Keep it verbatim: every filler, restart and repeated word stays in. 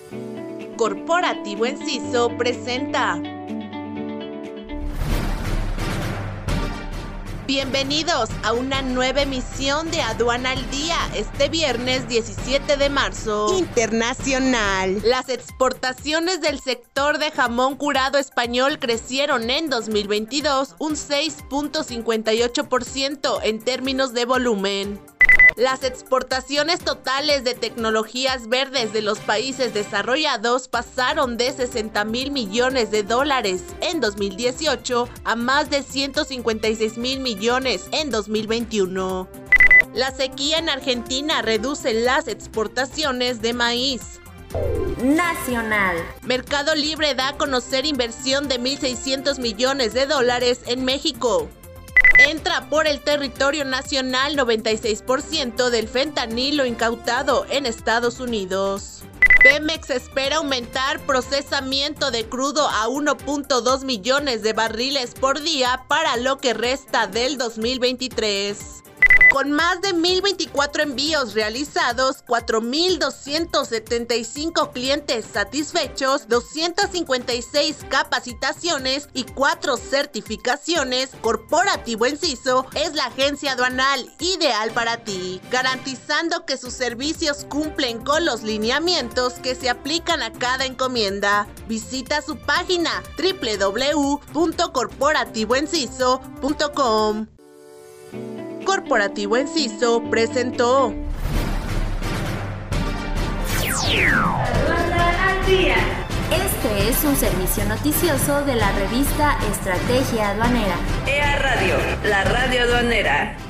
Corporativo Enciso presenta. Bienvenidos a una nueva emisión de Aduana al Día, este viernes diecisiete de marzo. Internacional. Las exportaciones del sector de jamón curado español crecieron en dos mil veintidós un seis punto cincuenta y ocho por ciento en términos de volumen. Las exportaciones totales de tecnologías verdes de los países desarrollados pasaron de sesenta mil millones de dólares en dos mil dieciocho a más de ciento cincuenta y seis mil millones en dos mil veintiuno. La sequía en Argentina reduce las exportaciones de maíz. Nacional. Mercado Libre da a conocer inversión de mil seiscientos millones de dólares en México. Entra por el territorio nacional noventa y seis por ciento del fentanilo incautado en Estados Unidos. Pemex espera aumentar procesamiento de crudo a uno punto dos millones de barriles por día para lo que resta del dos mil veintitrés. Con más de mil veinticuatro envíos realizados, cuatro mil doscientos setenta y cinco clientes satisfechos, doscientas cincuenta y seis capacitaciones y cuatro certificaciones, Corporativo Enciso es la agencia aduanal ideal para ti, garantizando que sus servicios cumplen con los lineamientos que se aplican a cada encomienda. Visita su página doble u doble u doble u punto corporativo enciso punto com. Corporativo Enciso presentó. Aduana al Día. Este es un servicio noticioso de la revista Estrategia Aduanera. E A Radio, la radio aduanera.